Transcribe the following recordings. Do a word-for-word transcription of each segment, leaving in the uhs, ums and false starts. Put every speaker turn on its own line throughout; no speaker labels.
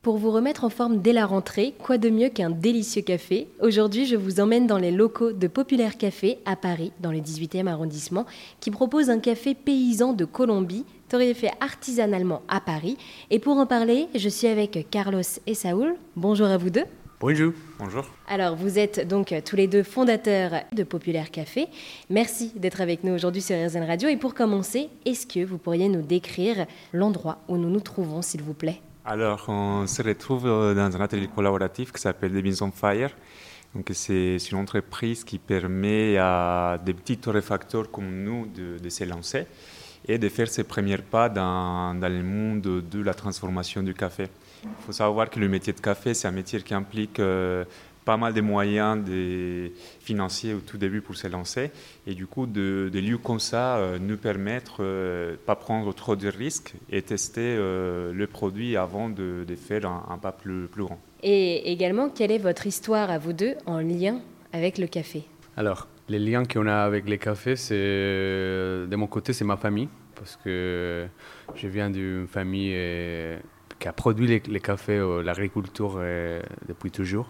Pour vous remettre en forme dès la rentrée, quoi de mieux qu'un délicieux café? Aujourd'hui, je vous emmène dans les locaux de Populaire Café à Paris, dans le dix-huitième arrondissement, qui propose un café paysan de Colombie, torréfié artisanalement à Paris. Et pour en parler, je suis avec Carlos et Saúl. Bonjour à vous deux.
Bonjour. Bonjour.
Alors, vous êtes donc tous les deux fondateurs de Populaire Café. Merci d'être avec nous aujourd'hui sur R Z N Radio. Et pour commencer, est-ce que vous pourriez nous décrire l'endroit où nous nous trouvons, s'il vous plaît?
Alors, on se retrouve dans un atelier collaboratif qui s'appelle The Beans on Fire. Donc, c'est une entreprise qui permet à des petits torréfacteurs comme nous de, de se lancer et de faire ses premiers pas dans, dans le monde de la transformation du café. Il faut savoir que le métier de café, c'est un métier qui implique euh, pas mal de moyens de, financiers au tout début pour se lancer. Et du coup, de, de lieux comme ça euh, nous permettre de euh, ne pas prendre trop de risques et tester euh, le produit avant de, de faire un, un pas plus, plus grand.
Et également, quelle est votre histoire à vous deux en lien avec le café?
Alors, les liens qu'on a avec les cafés, c'est, de mon côté, c'est ma famille. Parce que je viens d'une famille euh, qui a produit les, les cafés, euh, l'agriculture euh, depuis toujours.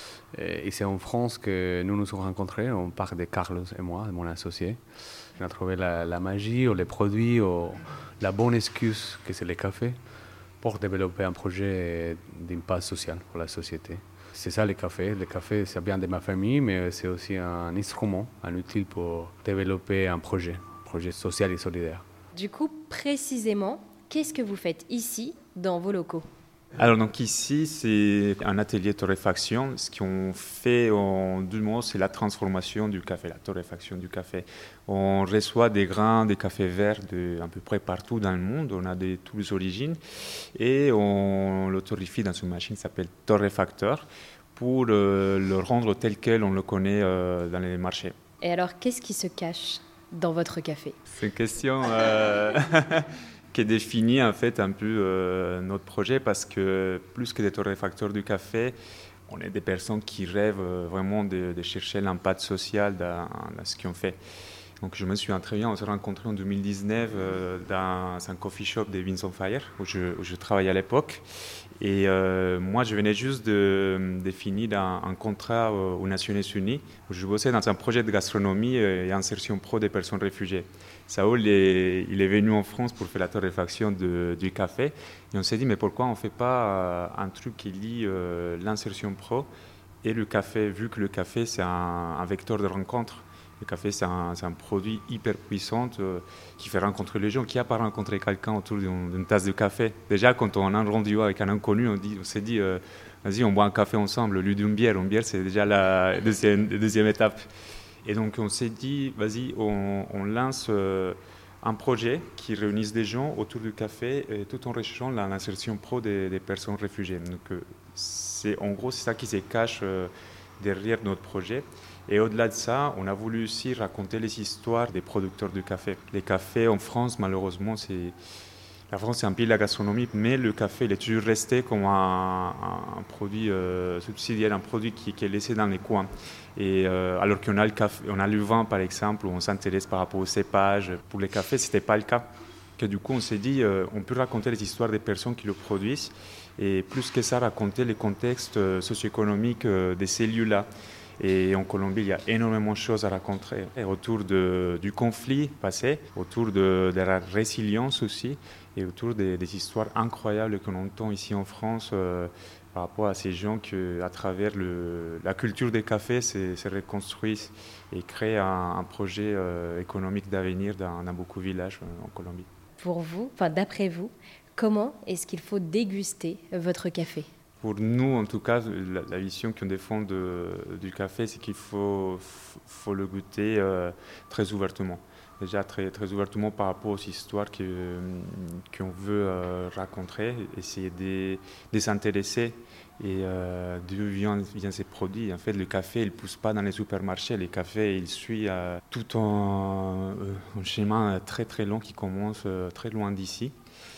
Et c'est en France que nous nous sommes rencontrés, on part de Carlos et moi, mon associé. On a trouvé la, la magie, ou les produits, ou la bonne excuse que c'est le café pour développer un projet d'impact social pour la société. C'est ça le café. Le café, ça vient de ma famille, mais c'est aussi un instrument, un outil pour développer un projet, un projet social et solidaire.
Du coup, précisément, qu'est-ce que vous faites ici, dans vos locaux?
Alors donc ici, c'est un atelier de torréfaction. Ce qu'on fait en deux mots, c'est la transformation du café, la torréfaction du café. On reçoit des grains de café vert de à peu près partout dans le monde. On a de toutes les origines et on le torréfie dans une machine qui s'appelle torréfacteur pour euh, le rendre tel quel on le connaît euh, dans les marchés.
Et alors, qu'est-ce qui se cache dans votre café?
C'est une question euh, qui définit en fait un peu euh, notre projet parce que plus que des torréfacteurs du café, on est des personnes qui rêvent vraiment de, de chercher l'impact social dans, dans ce qu'on fait. Donc je me souviens très bien, on s'est rencontrés en deux mille dix-neuf euh, dans un coffee shop des Beans on Fire où je, où je travaillais à l'époque. Et euh, moi, je venais juste de, de finir un, un contrat aux Nations Unies où je bossais dans un projet de gastronomie et insertion pro des personnes réfugiées. Saúl, il est, il est venu en France pour faire la torréfaction de, du café. Et on s'est dit, mais pourquoi on ne fait pas un truc qui lie euh, l'insertion pro et le café, vu que le café, c'est un, un vecteur de rencontre. Le café, c'est un, c'est un produit hyper puissant euh, qui fait rencontrer les gens. Qui n'a pas rencontré quelqu'un autour d'une, d'une tasse de café? Déjà, quand on a un rendez-vous avec un inconnu, on, dit, on s'est dit, euh, vas-y, on boit un café ensemble, au lieu d'une bière. Une bière, c'est déjà la deuxième, deuxième étape. Et donc, on s'est dit, vas-y, on, on lance euh, un projet qui réunisse des gens autour du café et tout en recherchant l'insertion pro des, des personnes réfugiées. Donc, euh, c'est, en gros, c'est ça qui se cache euh, derrière notre projet. Et au-delà de ça, on a voulu aussi raconter les histoires des producteurs de café. Les cafés en France, malheureusement, c'est... la France, c'est un pays de la gastronomie, mais le café, il est toujours resté comme un, un produit euh, subsidiaire, un produit qui, qui est laissé dans les coins. Et euh, alors qu'on a le café, on a le vin, par exemple, où on s'intéresse par rapport au cépage. Pour les cafés, ce n'était pas le cas. Que du coup, on s'est dit, euh, on peut raconter les histoires des personnes qui le produisent, et plus que ça, raconter les contextes socio-économiques euh, de ces lieux-là. Et en Colombie, il y a énormément de choses à raconter et autour de, du conflit passé, autour de, de la résilience aussi, et autour des, des histoires incroyables qu'on entend ici en France euh, par rapport à ces gens qui, à travers le, la culture des cafés, se, se reconstruisent et créent un, un projet euh, économique d'avenir dans, dans beaucoup de villages euh, en Colombie.
Pour vous, enfin d'après vous, comment est-ce qu'il faut déguster votre café?
Pour nous, en tout cas, la, la vision qu'on défend de, du café, c'est qu'il faut, faut le goûter euh, très ouvertement. Déjà très, très ouvertement par rapport aux histoires que, qu'on veut euh, raconter, essayer de, de s'intéresser et euh, d'où viennent, viennent ces produits. En fait, le café, il ne pousse pas dans les supermarchés. Le café, il suit euh, tout un, un chemin très très long qui commence euh, très loin d'ici,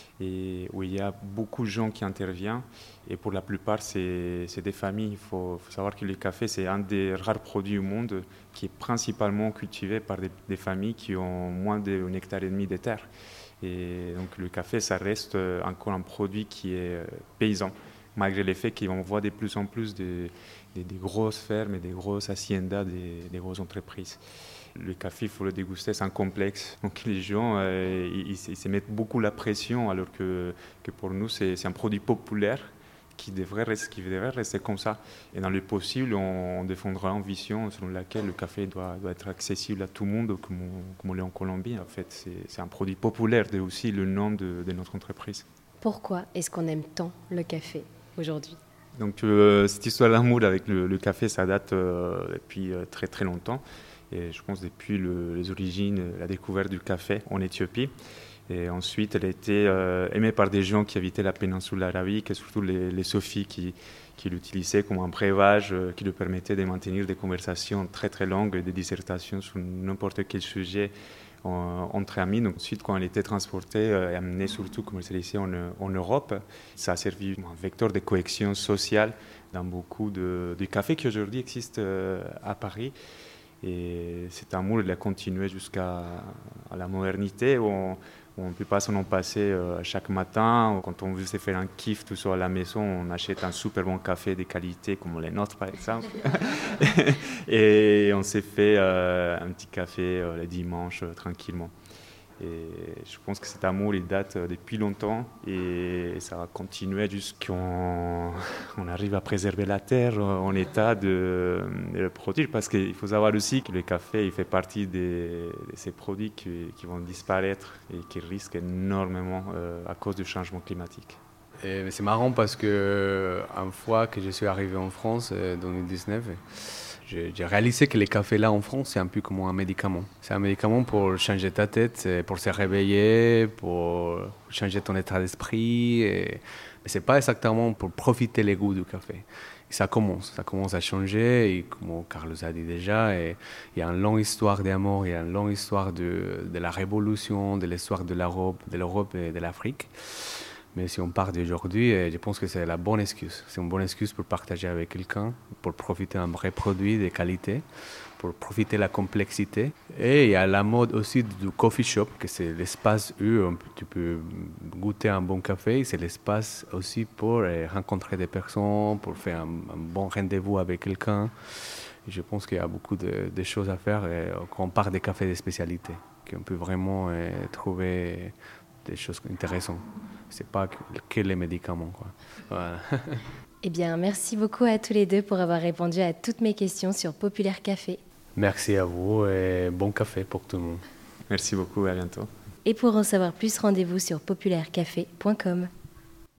et où il y a beaucoup de gens qui interviennent. Et pour la plupart, c'est, c'est des familles. Il faut, faut savoir que le café, c'est un des rares produits au monde qui est principalement cultivé par des, des familles qui ont moins d'un hectare et demi de terre. Et donc le café, ça reste encore un produit qui est paysan. malgré le fait qu'on voit de plus en plus des, des, des grosses fermes et des grosses haciendas, des, des grosses entreprises. Le café, il faut le déguster sans complexe. Donc les gens, euh, ils, ils, ils se mettent beaucoup la pression, alors que, que pour nous, c'est, c'est un produit populaire qui devrait, rester, qui devrait rester comme ça. Et dans le possible, on, on défendra une vision selon laquelle le café doit, doit être accessible à tout le monde, comme on, comme on l'est en Colombie. En fait, c'est, c'est un produit populaire, c'est aussi le nom de, de notre entreprise.
Pourquoi est-ce qu'on aime tant le café aujourd'hui ?
Donc euh, cette histoire d'amour avec le, le café, ça date euh, depuis euh, très très longtemps. Et je pense depuis le, les origines, la découverte du café en Éthiopie. Et ensuite, elle a été euh, aimée par des gens qui habitaient la péninsule arabique, et surtout les, les sophies qui, qui l'utilisaient comme un breuvage euh, qui lui permettait de maintenir des conversations très très longues, des dissertations sur n'importe quel sujet en, entre amis. Donc ensuite, quand elle était transportée euh, et amenée surtout commercialisée en, en Europe, ça a servi comme un vecteur de cohésion sociale dans beaucoup de, de cafés qui aujourd'hui existent euh, à Paris. Et cet amour, il a continué jusqu'à à la modernité, où on ne peut pas s'en passer euh, chaque matin. Quand on veut se faire un kiff tout seul à la maison, on achète un super bon café de qualité, comme les nôtres par exemple. Et on s'est fait euh, un petit café euh, le dimanche, euh, tranquillement. Et je pense que cet amour, il date depuis longtemps et ça va continuer jusqu'on on arrive à préserver la terre en état de, de le produire. Parce qu'il faut savoir aussi que le café, il fait partie de, de ces produits qui, qui vont disparaître et qui risquent énormément euh, à cause du changement climatique.
Et c'est marrant parce que une fois que je suis arrivé en France, en deux mille dix-neuf, j'ai, j'ai réalisé que le café là en France, c'est un peu comme un médicament. C'est un médicament pour changer ta tête, pour se réveiller, pour changer ton état d'esprit. Et... Mais ce n'est pas exactement pour profiter les goûts du café. Et ça commence, ça commence à changer, et comme Carlos a dit déjà, et il y a une longue histoire d'amour, il y a une longue histoire de, de la révolution, de l'histoire de l'Europe, de l'Europe et de l'Afrique. Mais si on part d'aujourd'hui, je pense que c'est la bonne excuse. C'est une bonne excuse pour partager avec quelqu'un, pour profiter d'un vrai produit de qualité, pour profiter de la complexité. Et il y a la mode aussi du coffee shop, que c'est l'espace où tu peux goûter un bon café. C'est l'espace aussi pour rencontrer des personnes, pour faire un, un bon rendez-vous avec quelqu'un. Et je pense qu'il y a beaucoup de, de choses à faire quand on part des cafés de spécialité, qu'on peut vraiment trouver des choses intéressantes. C'est pas que les médicaments, quoi. Voilà.
Eh bien, merci beaucoup à tous les deux pour avoir répondu à toutes mes questions sur Populaire Café.
Merci à vous et bon café pour tout le monde.
Merci beaucoup, à bientôt.
Et pour en savoir plus, rendez-vous sur populaire café point com.